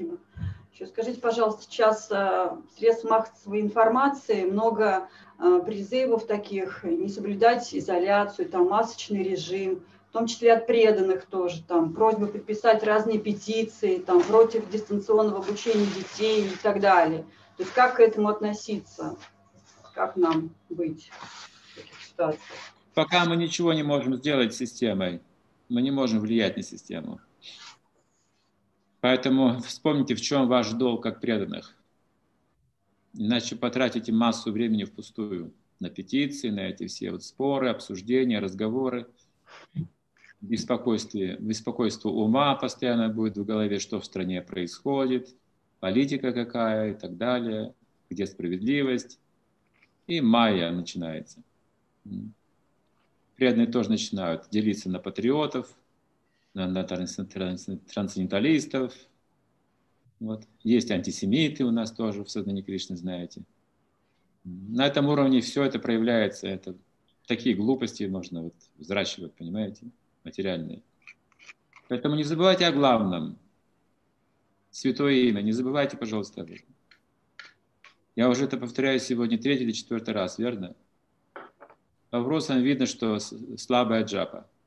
Спасибо. Еще скажите, пожалуйста, сейчас в средствах массовой информации много призывов таких не соблюдать изоляцию, там масочный режим, в том числе от преданных тоже, там просьбы подписать разные петиции, там против дистанционного обучения детей и так далее. То есть как к этому относиться? Как нам быть в таких ситуациях? Пока мы ничего не можем сделать с системой, мы не можем влиять на систему. Поэтому вспомните, в чем ваш долг как преданных. Иначе потратите массу времени впустую на петиции, на эти все вот споры, обсуждения, разговоры. Беспокойство ума постоянно будет в голове, что в стране происходит, политика какая и так далее, где справедливость. И майя начинается. Преданные тоже начинают делиться на патриотов, на трансценденталистов. Вот. Есть антисемиты у нас тоже в сознании Кришны, знаете. На этом уровне все это проявляется. Это такие глупости можно вот взращивать, понимаете, материальные. Поэтому не забывайте о главном. Святое имя. Не забывайте, пожалуйста, об этом. Я уже это повторяю сегодня 3-й или 4-й раз, верно? По вопросам видно, что слабая джапа.